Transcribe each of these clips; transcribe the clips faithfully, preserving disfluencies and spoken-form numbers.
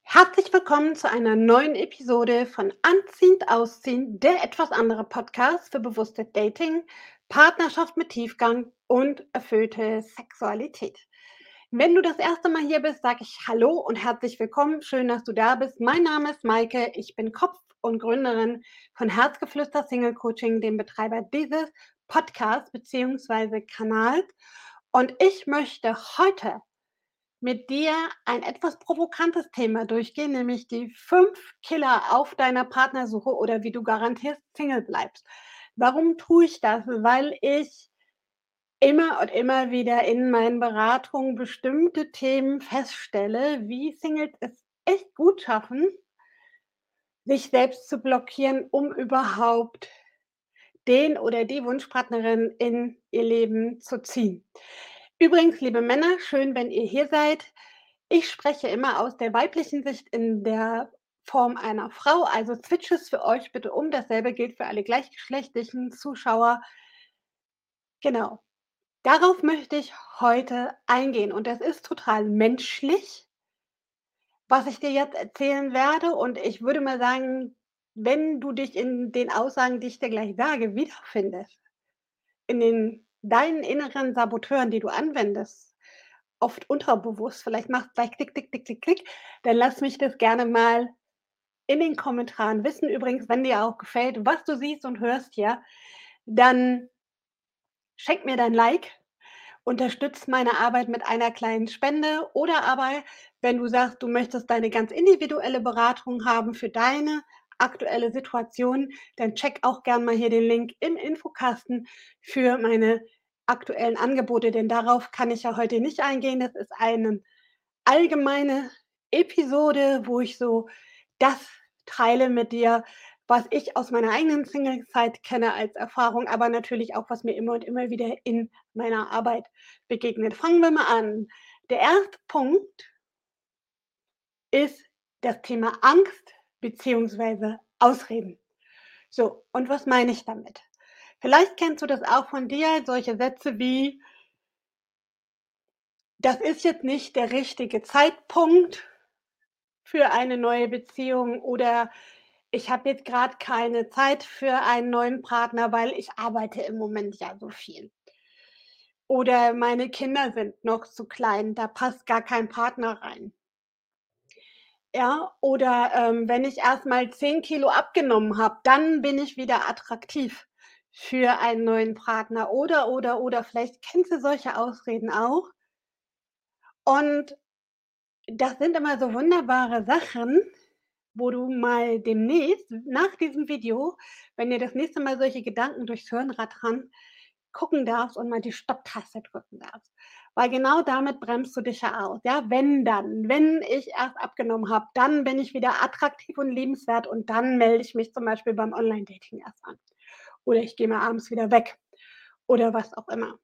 Herzlich willkommen zu einer neuen Episode von Anziehend Ausziehen, der etwas andere Podcast für bewusstes Dating, Partnerschaft mit Tiefgang und erfüllte Sexualität. Wenn du das erste Mal hier bist, sage ich Hallo und herzlich willkommen. Schön, dass du da bist. Mein Name ist Maike. Ich bin Kopf und Gründerin von Herzgeflüster Single Coaching, dem Betreiber dieses Podcasts bzw. Kanals. Und ich möchte heute mit dir ein etwas provokantes Thema durchgehen, nämlich die fünf Killer auf deiner Partnersuche oder wie du garantierst Single bleibst. Warum tue ich das? Weil ich immer und immer wieder in meinen Beratungen bestimmte Themen feststelle, wie Singles es echt gut schaffen, sich selbst zu blockieren, um überhaupt den oder die Wunschpartnerin in ihr Leben zu ziehen. Übrigens, liebe Männer, schön, wenn ihr hier seid. Ich spreche immer aus der weiblichen Sicht in der Form einer Frau, also switch es für euch bitte um. Dasselbe gilt für alle gleichgeschlechtlichen Zuschauer. Genau. Darauf möchte ich heute eingehen und das ist total menschlich, was ich dir jetzt erzählen werde und ich würde mal sagen, wenn du dich in den Aussagen, die ich dir gleich sage, wiederfindest, in den deinen inneren Saboteuren, die du anwendest, oft unterbewusst, vielleicht macht's gleich klick, klick, klick, klick, klick, dann lass mich das gerne mal in den Kommentaren wissen. Übrigens, wenn dir auch gefällt, was du siehst und hörst hier, dann schenk mir dein Like, unterstütz meine Arbeit mit einer kleinen Spende oder aber, wenn du sagst, du möchtest deine ganz individuelle Beratung haben für deine aktuelle Situation, dann check auch gern mal hier den Link im Infokasten für meine aktuellen Angebote, denn darauf kann ich ja heute nicht eingehen. Das ist eine allgemeine Episode, wo ich so das teile mit dir, was ich aus meiner eigenen Singlezeit kenne als Erfahrung, aber natürlich auch, was mir immer und immer wieder in meiner Arbeit begegnet. Fangen wir mal an. Der erste Punkt ist das Thema Angst beziehungsweise Ausreden. So, und was meine ich damit? Vielleicht kennst du das auch von dir, solche Sätze wie: „Das ist jetzt nicht der richtige Zeitpunkt für eine neue Beziehung“ oder „Ich habe jetzt grad keine Zeit für einen neuen Partner, weil ich arbeite im Moment ja so viel.“ Oder „Meine Kinder sind noch zu klein, da passt gar kein Partner rein.“ Ja, oder, ähm: „Wenn ich erst mal zehn Kilo abgenommen habe, dann bin ich wieder attraktiv für einen neuen Partner.“ Oder, oder, oder. Vielleicht kennst du solche Ausreden auch. Und das sind immer so wunderbare Sachen, wo du mal demnächst nach diesem Video, wenn dir das nächste Mal solche Gedanken durchs Hirn rattern, gucken darfst und mal die Stopptaste drücken darfst. Weil genau damit bremst du dich ja aus, ja? Wenn dann wenn ich erst abgenommen habe, dann bin ich wieder attraktiv und liebenswert und dann melde ich mich zum Beispiel beim Online-Dating erst an. Oder ich gehe mal abends wieder weg oder was auch immer.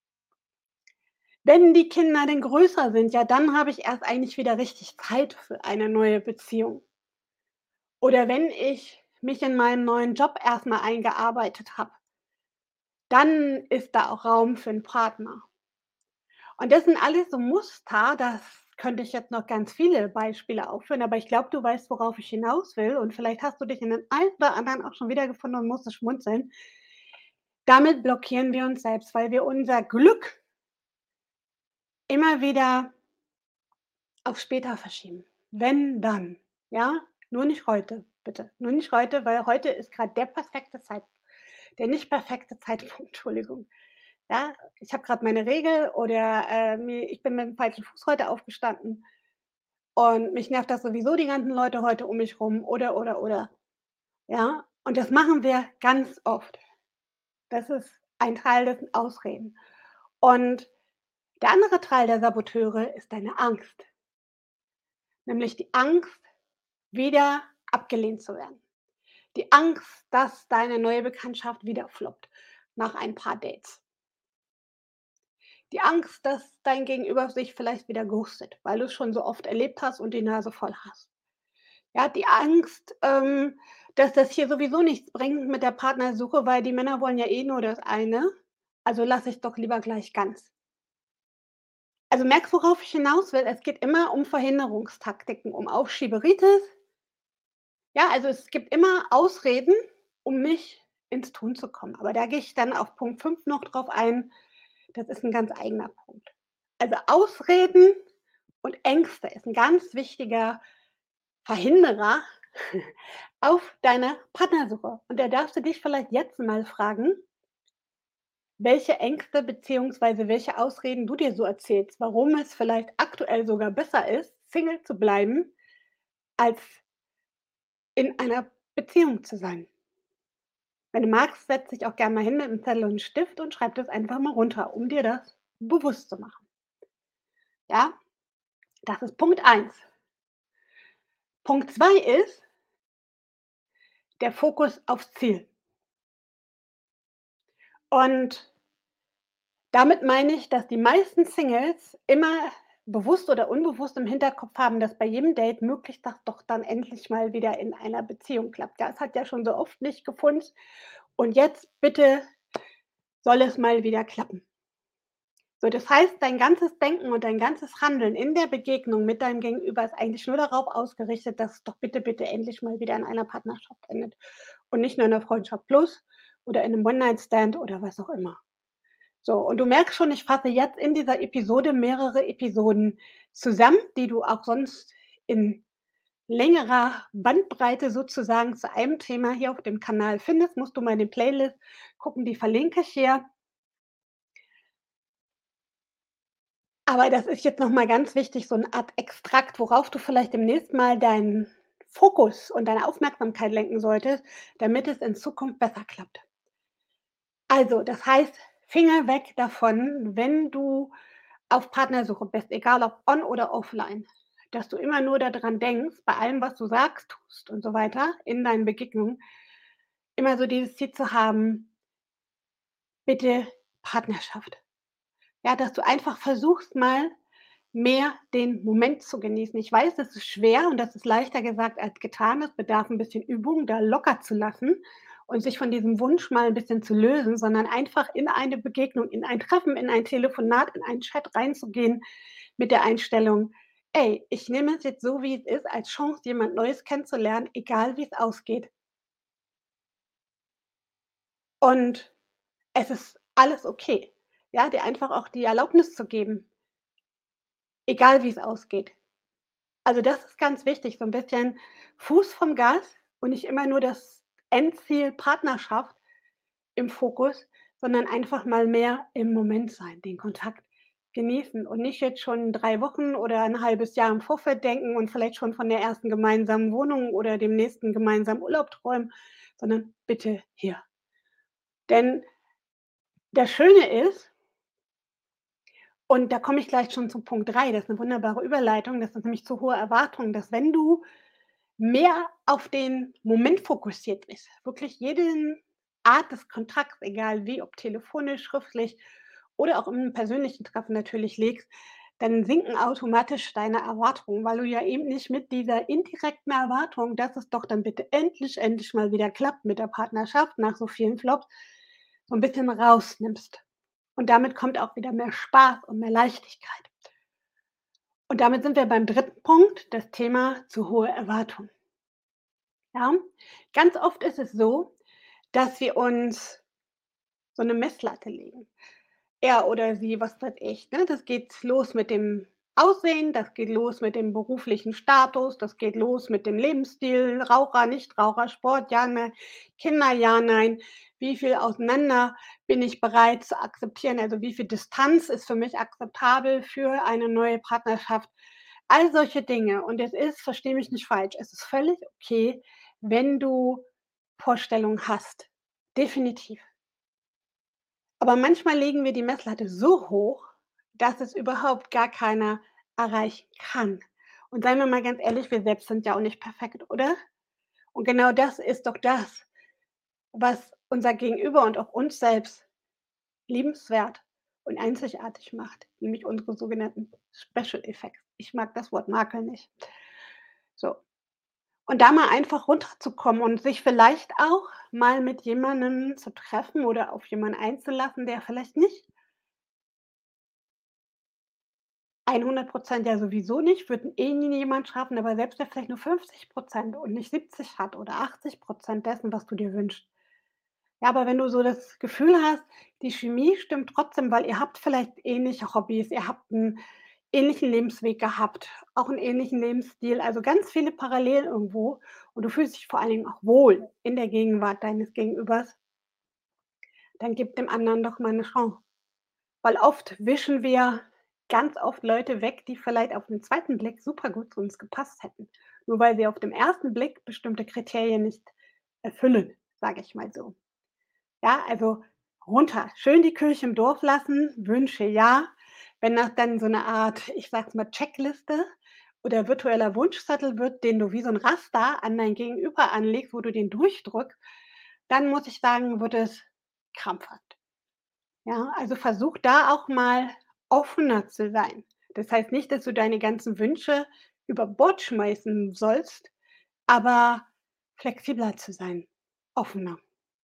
Wenn die Kinder denn größer sind, ja, dann habe ich erst eigentlich wieder richtig Zeit für eine neue Beziehung. Oder wenn ich mich in meinen neuen Job erst mal eingearbeitet habe, dann ist da auch Raum für 'n Partner. Und das sind alles so Muster, das könnte ich jetzt noch ganz viele Beispiele aufführen, aber ich glaube, du weißt, worauf ich hinaus will und vielleicht hast du dich in den einen oder anderen auch schon wiedergefunden und musstest schmunzeln. Damit blockieren wir uns selbst, weil wir unser Glück immer wieder auf später verschieben. Wenn, dann, ja? Nur nicht heute, bitte. Nur nicht heute, weil heute ist grad der perfekte Zeit der nicht perfekte Zeitpunkt, Entschuldigung. Ja, ich habe grad meine Regel oder, äh, mi ich bin mit'm falschen Fuß heute aufgestanden und mich nervt das sowieso die ganzen Leute heute um mich rum oder, oder, oder. Ja? Und das machen wir ganz oft. Das ist ein Teil, das sind Ausreden. Und der andere Teil der Saboteure ist deine Angst. Nämlich die Angst, wieder abgelehnt zu werden. Die Angst, dass deine neue Bekanntschaft wieder floppt nach ein paar Dates. Die Angst, dass dein Gegenüber sich vielleicht wieder ghostet, weil du's schon so oft erlebt hast und die Nase voll hast. Ja, die Angst, ähm, dass das hier sowieso nichts bringt mit der Partnersuche, weil die Männer wollen ja eh nur das eine, also lasse ich doch lieber gleich ganz. Also, merkst du, worauf ich hinaus will? Es geht immer um Verhinderungstaktiken, um Aufschieberitis. Ja, also, es gibt immer Ausreden, um nicht ins Tun zu kommen. Aber da gehe ich dann auf Punkt fünf noch drauf ein. Das ist 'n ganz eigener Punkt. Also, Ausreden und Ängste ist 'n ganz wichtiger Verhinderer auf deiner Partnersuche. Und da darfst du dich vielleicht jetzt mal fragen, welche Ängste beziehungsweise welche Ausreden du dir so erzählst, warum es vielleicht aktuell sogar besser ist, Single zu bleiben, als in einer Beziehung zu sein. Wenn du magst, setz dich auch gern mal hin mit 'nem Zettel und Stift und schreib das einfach mal runter, um dir das bewusst zu machen. Ja, das ist Punkt eins. Punkt zwei ist der Fokus aufs Ziel. Und damit meine ich, dass die meisten Singles immer bewusst oder unbewusst im Hinterkopf haben, dass bei jedem Date möglichst das doch dann endlich mal wieder in einer Beziehung klappt. Ja, es hat ja schon so oft nicht gefunzt und jetzt bitte soll es mal wieder klappen. So, das heißt, dein ganzes Denken und dein ganzes Handeln in der Begegnung mit deinem Gegenüber ist eigentlich nur darauf ausgerichtet, dass es doch bitte, bitte endlich mal wieder in einer Partnerschaft endet und nicht nur in 'ner Freundschaft plus oder in 'nem One-Night-Stand oder was auch immer. So, und du merkst schon, ich fasse jetzt in dieser Episode mehrere Episoden zusammen, die du auch sonst in längerer Bandbreite sozusagen zu einem Thema hier auf dem Kanal findest. Musst du mal in die Playlist gucken, die verlinke ich hier. Aber das ist jetzt noch mal ganz wichtig, so 'ne Art Extrakt, worauf du vielleicht demnächst mal deinen Fokus und deine Aufmerksamkeit lenken solltest, damit es in Zukunft besser klappt. Also, das heißt, Finger weg davon, wenn du auf Partnersuche bist, egal ob on oder offline, dass du immer nur da dran denkst, bei allem, was du sagst, tust und so weiter in deinen Begegnungen, immer so dieses Ziel zu haben: „Bitte Partnerschaft.“ Ja, dass du einfach versuchst, mal mehr den Moment zu genießen. Ich weiß, das ist schwer und das ist leichter gesagt als getan. Es bedarf 'n bisschen Übung, da locker zu lassen und sich von diesem Wunsch mal 'n bisschen zu lösen, sondern einfach in eine Begegnung, in ein Treffen, in ein Telefonat, in einen Chat reinzugehen mit der Einstellung: „Ey, ich nehme es jetzt so, wie es ist, als Chance, jemand Neues kennenzulernen, egal wie's ausgeht.“ Und es ist alles okay. Ja, dir einfach auch die Erlaubnis zu geben egal wie's ausgeht. Also, das ist ganz wichtig, so 'n bisschen Fuß vom Gas und nicht immer nur das Endziel Partnerschaft im Fokus, sondern einfach mal mehr im Moment sein, den Kontakt genießen und nicht jetzt schon drei Wochen oder 'n halbes Jahr im Vorfeld denken und vielleicht schon von der ersten gemeinsamen Wohnung oder dem nächsten gemeinsamen Urlaub träumen, sondern bitte hier. Denn das Schöne ist und da komme ich gleich schon zu Punkt drei, das ist 'ne wunderbare Überleitung, das sind nämlich zu hohe Erwartungen, dass wenn du mehr auf den Moment fokussiert bist, wirklich jeden Art des Kontakts, egal wie, ob telefonisch, schriftlich oder auch im persönlichen Treffen natürlich legst, dann sinken automatisch deine Erwartungen, weil du ja eben nicht mit dieser indirekten Erwartung, dass es doch dann bitte endlich, endlich mal wieder klappt mit der Partnerschaft nach so vielen Flops, so 'n bisschen rausnimmst. Und damit kommt auch wieder mehr Spaß und mehr Leichtigkeit. Und damit sind wir beim dritten Punkt, das Thema zu hohe Erwartungen. Ja, ganz oft ist es so, dass wir uns so 'ne Messlatte legen. Er oder sie, was weiß ich, ne? Das geht los mit dem Aussehen, das geht los mit dem beruflichen Status, das geht los mit dem Lebensstil, Raucher, Nichtraucher, Sport, ja, nein, Kinder, ja, nein. Wie viel auseinander bin ich bereit zu akzeptieren? Also, wie viel Distanz ist für mich akzeptabel für eine neue Partnerschaft? All solche Dinge. Und es ist, verstehe mich nicht falsch, es ist völlig okay, wenn du Vorstellungen hast, definitiv. Aber manchmal legen wir die Messlatte so hoch, dass es überhaupt gar keiner erreichen kann. Und seien wir mal ganz ehrlich, wir selbst sind ja auch nicht perfekt, oder? Und genau das ist doch das, was unser Gegenüber und auch uns selbst liebenswert und einzigartig macht, nämlich unsere sogenannten Special Effects. Ich mag das Wort Makel nicht. So. Und da mal einfach runterzukommen und sich vielleicht auch mal mit jemandem zu treffen oder auf jemanden einzulassen, der vielleicht nicht hundert ja sowieso nicht, würde eh nie jemand schaffen, aber selbst wer vielleicht nur fünfzig und nicht siebzig hat oder achtzig dessen, was du dir wünschst. Ja, aber wenn du so das Gefühl hast, die Chemie stimmt trotzdem, weil ihr habt vielleicht ähnliche Hobbys, ihr habt 'n ähnlichen Lebensweg gehabt, auch 'n ähnlichen Lebensstil, also ganz viele Parallelen irgendwo und du fühlst dich vor allen Dingen auch wohl in der Gegenwart deines Gegenübers, dann gib dem anderen doch mal 'ne Chance. Weil oft wischen wir ganz oft Leute weg, die vielleicht auf 'n zweiten Blick supergut zu uns gepasst hätten, nur weil sie auf dem ersten Blick bestimmte Kriterien nicht erfüllen, sage ich mal so. Ja, also runter, schön die Kirche im Dorf lassen, Wünsche ja. Wenn das dann so 'ne Art, ich sage es mal, Checkliste oder virtueller Wunschzettel wird, den du wie so 'n Raster an dein Gegenüber anlegst, wo du den durchdrückst, dann muss ich sagen, wird es krampfhaft. Ja, also versuch da auch mal offener zu sein. Das heißt nicht, dass du deine ganzen Wünsche über Bord schmeißen sollst, aber flexibler zu sein, offener.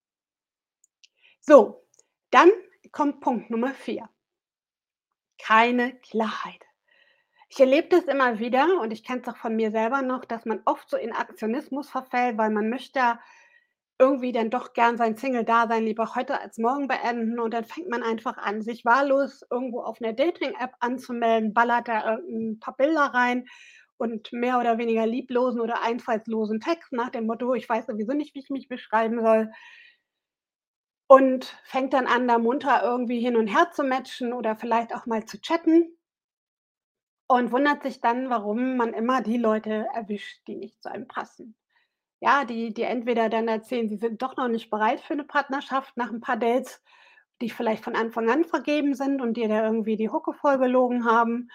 So, dann kommt Punkt Nummer vier. Keine Klarheit. Ich erlebe das immer wieder und ich kenne es auch von mir selber noch, dass man oft so in Aktionismus verfällt, weil man möchte ja irgendwie dann doch gern sein Single-Dasein lieber heute als morgen beenden und dann fängt man einfach an, sich wahllos irgendwo auf 'ner Dating-App anzumelden, ballert da irgend 'n paar Bilder rein und mehr oder weniger lieblosen oder einfallslosen Text nach dem Motto: „Ich weiß sowieso nicht, wie ich mich beschreiben soll." Und fängt dann an, da munter irgendwie hin und her zu matchen oder vielleicht auch mal zu chatten und wundert sich dann, warum man immer die Leute erwischt, die nicht zu einem passen. Ja, die die entweder dann erzählen, sie sind doch noch nicht bereit für 'ne Partnerschaft nach 'n paar Dates, die vielleicht von Anfang an vergeben sind und dir da irgendwie die Hucke voll gelogen haben.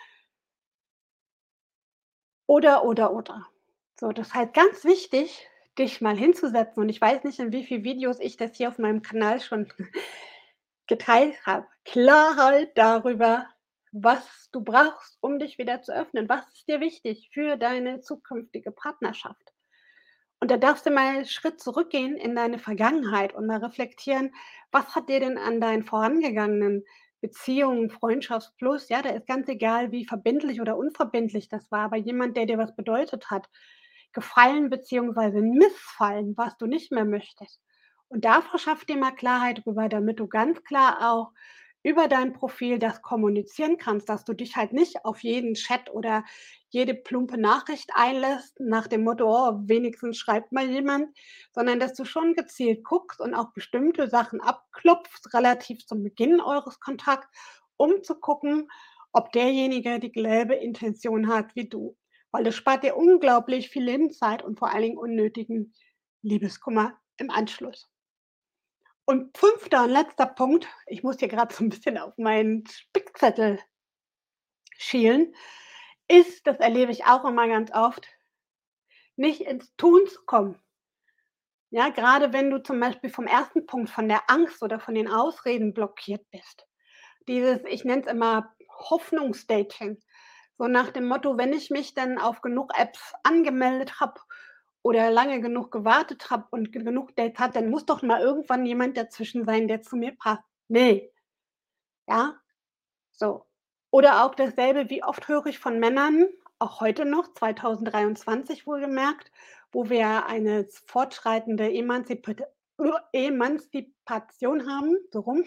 Oder, oder, oder. So, das heißt ganz wichtig, dich mal hinzusetzen und ich weiß nicht, in wie viel Videos ich das hier auf meinem Kanal schon geteilt habe. Klarheit darüber, was du brauchst, um dich wieder zu öffnen. Was ist dir wichtig für deine zukünftige Partnerschaft? Und da darfst du mal 'n Schritt zurückgehen in deine Vergangenheit und mal reflektieren, was hat dir denn an deinen vorangegangenen Beziehungen, Freundschaft plus, ja, da ist ganz egal, wie verbindlich oder unverbindlich das war, aber jemand, der dir was bedeutet hat, gefallen beziehungsweise missfallen, was du nicht mehr möchtest. Und da verschaff dir mal Klarheit drüber, damit du ganz klar auch über dein Profil das kommunizieren kannst, dass du dich halt nicht auf jeden Chat oder jede plumpe Nachricht einlässt nach dem Motto: „Oh, wenigstens schreibt mal jemand", sondern dass du schon gezielt guckst und auch bestimmte Sachen abklopfst relativ zum Beginn eures Kontakts, um zu gucken, ob derjenige die gelbe Intention hat wie du. Weil das spart dir unglaublich viel Lebenszeit und vor allen Dingen unnötigen Liebeskummer im Anschluss. Und fünfter und letzter Punkt, ich muss hier grad so 'n bisschen auf meinen Spickzettel schielen, ist, das erlebe ich auch immer ganz oft, nicht ins Tun zu kommen. Ja, grade wenn du zum Beispiel vom ersten Punkt, von der Angst oder von den Ausreden blockiert bist. Dieses, ich nenne es immer Hoffnungsdating, so nach dem Motto: „Wenn ich mich dann auf genug Apps angemeldet habe oder lange genug gewartet habe und ge genug Dates hatte, dann muss doch mal irgendwann jemand dazwischen sein, der zu mir passt." Ne, ja, so. Oder auch dasselbe, wie oft höre ich von Männern, auch heute noch, zweitausenddreiundzwanzig wohlgemerkt, wo wir eine z fortschreitende Emanzipat Emanzipation haben, so rum,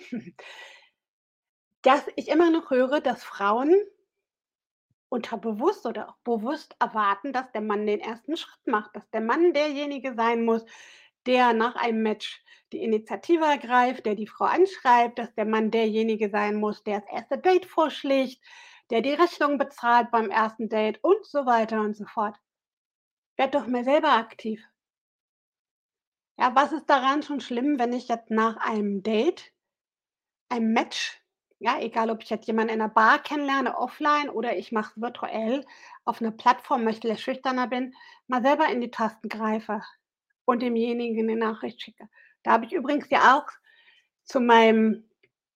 dass ich immer noch höre, dass Frauen unterbewusst oder auch bewusst erwarten, dass der Mann den ersten Schritt macht, dass der Mann derjenige sein muss, der nach einem Match die Initiative ergreift, der die Frau anschreibt, dass der Mann derjenige sein muss, der das erste Date vorschlägt, der die Rechnung bezahlt beim ersten Date und so weiter und so fort. Werd doch mal selber aktiv. Ja, was ist daran schon schlimm, wenn ich jetzt nach einem Date, einem Match, ja, egal ob ich jetzt jemanden in 'ner Bar kennenlerne offline oder ich mache es virtuell auf 'ner Plattform, weil ich vielleicht schüchterner bin, mal selber in die Tasten greife und demjenigen 'ne Nachricht schicke. Da habe ich übrigens ja auch zu meinem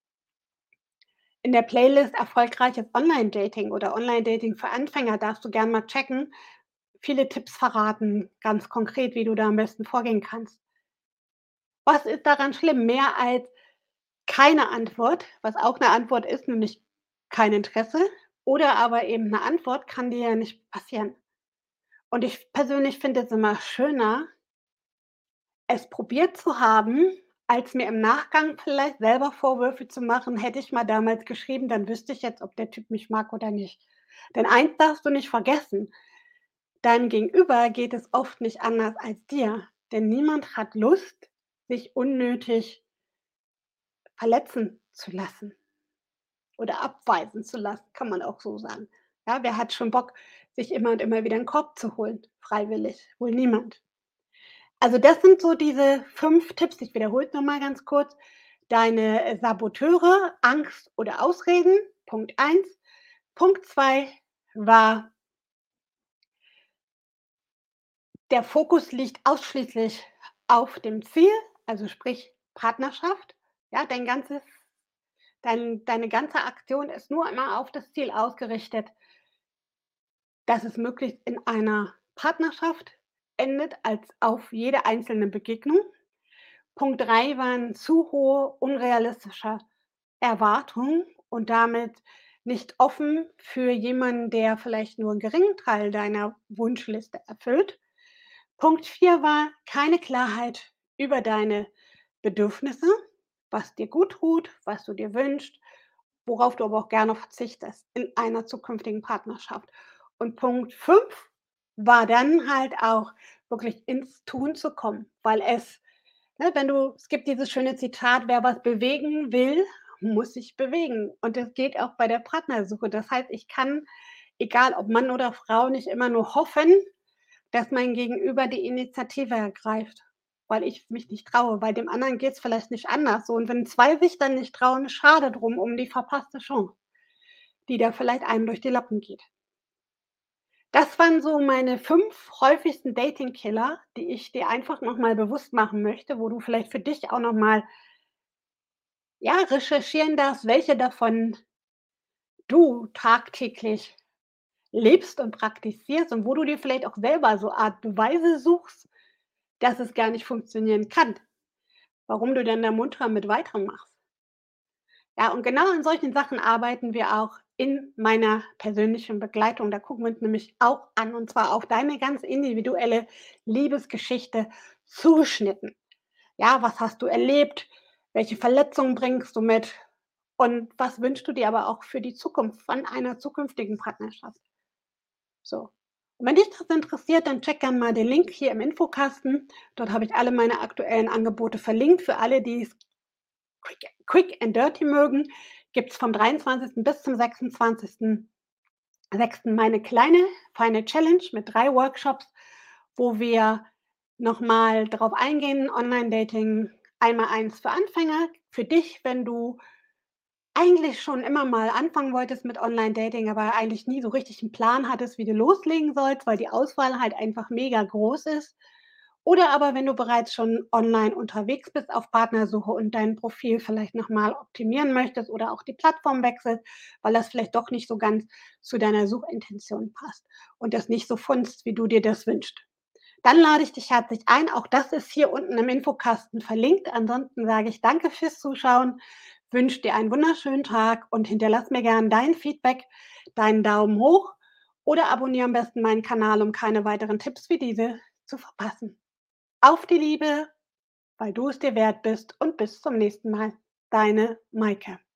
in der Playlist „Erfolgreiches Online-Dating" oder „Online-Dating für Anfänger" darfst du gern mal checken, viele Tipps verraten, ganz konkret, wie du da am besten vorgehen kannst. Was ist daran schlimm? Mehr als keine Antwort, was auch 'ne Antwort ist, nämlich kein Interesse oder aber eben 'ne Antwort kann dir ja nicht passieren. Und ich persönlich finde es immer schöner es probiert zu haben, als mir im Nachgang vielleicht selber Vorwürfe zu machen: „Hätte ich mal damals geschrieben, dann wüsste ich jetzt, ob der Typ mich mag oder nicht.“ Denn eins darfst du nicht vergessen: Deinem Gegenüber geht es oft nicht anders als dir, denn niemand hat Lust, sich unnötig verletzen zu lassen oder abweisen zu lassen, kann man auch so sagen. Ja, wer hat schon Bock, sich immer und immer wieder 'n Korb zu holen, freiwillig? Wohl niemand. Also, das sind so diese fünf Tipps. Ich wiederhole es noch mal ganz kurz. Deine, äh, Saboteure, Angst oder Ausreden, Punkt eins. Punkt zwei war der Fokus liegt ausschließlich auf dem Ziel, also sprich Partnerschaft. Ja, dein ganzes dein deine ganze Aktion ist nur immer auf das Ziel ausgerichtet dass es möglichst in einer Partnerschaft endet als auf jede einzelne Begegnung. Punkt drei waren zu hohe unrealistische Erwartungen und damit nicht offen für jemanden, der vielleicht nur 'n geringen Teil deiner Wunschliste erfüllt. Punkt vier war keine Klarheit über deine Bedürfnisse, was dir guttut, was du dir wünschst, worauf du aber auch gerne verzichtest in einer zukünftigen Partnerschaft. Und Punkt fünf war dann halt auch wirklich ins Tun zu kommen, weil es ne, wenn du es gibt dieses schöne Zitat: „Wer was bewegen will, muss sich bewegen.“ Und das geht auch bei der Partnersuche. Das heißt, ich kann, egal ob Mann oder Frau, nicht immer nur hoffen, dass mein Gegenüber die Initiative ergreift, weil ich mich nicht traue. Bei dem anderen geht's vielleicht nicht anders so. Und wenn zwei sich dann nicht trauen, schade drum um die verpasste Chance, die da vielleicht einem durch die Lappen geht. Das waren so meine fünf häufigsten Dating-Killer, die ich dir einfach noch mal bewusst machen möchte, wo du vielleicht für dich auch noch mal ja, recherchieren darfst, welche davon du tagtäglich lebst und praktizierst und wo du dir vielleicht auch selber so Art Beweise suchst, dass es gar nicht funktionieren kann, warum du dann da munter mit weitermachst. Ja, und genau an solchen Sachen arbeiten wir auch in meiner persönlichen Begleitung. Da gucken wir uns nämlich auch an, und zwar auf deine ganz individuelle Liebesgeschichte zugeschnitten. Ja, was hast du erlebt? Welche Verletzungen bringst du mit? Und was wünschst du dir aber auch für die Zukunft von einer zukünftigen Partnerschaft? So. Und wenn dich das interessiert, dann check gern mal den Link hier im Infokasten. Dort habe ich alle meine aktuellen Angebote verlinkt. Für alle, die's quick quick and dirty mögen, gibt's vom dreiundzwanzigsten bis zum sechsundzwanzigsten sechsten meine kleine feine Challenge mit drei Workshops, wo wir noch mal drauf eingehen, Online-Dating einmal eins für Anfänger, für dich, wenn du eigentlich schon immer mal anfangen wolltest mit Online-Dating, aber eigentlich nie so richtig 'n Plan hattest, wie du loslegen sollst, weil die Auswahl halt einfach mega groß ist. Oder aber wenn du bereits schon online unterwegs bist auf Partnersuche und dein Profil vielleicht noch mal optimieren möchtest oder auch die Plattform wechselst, weil das vielleicht doch nicht so ganz zu deiner Suchintention passt und das nicht so funzt, wie du dir das wünschst. Dann lade ich dich herzlich ein. Auch das ist hier unten im Infokasten verlinkt. Ansonsten sage ich danke fürs Zuschauen, wünsche dir einen wunderschönen Tag und hinterlass mir gern dein Feedback, deinen Daumen hoch oder abonniere am besten meinen Kanal, um keine weiteren Tipps wie diese zu verpassen. Auf die Liebe, weil du es dir wert bist und bis zum nächsten Mal. Deine Maike.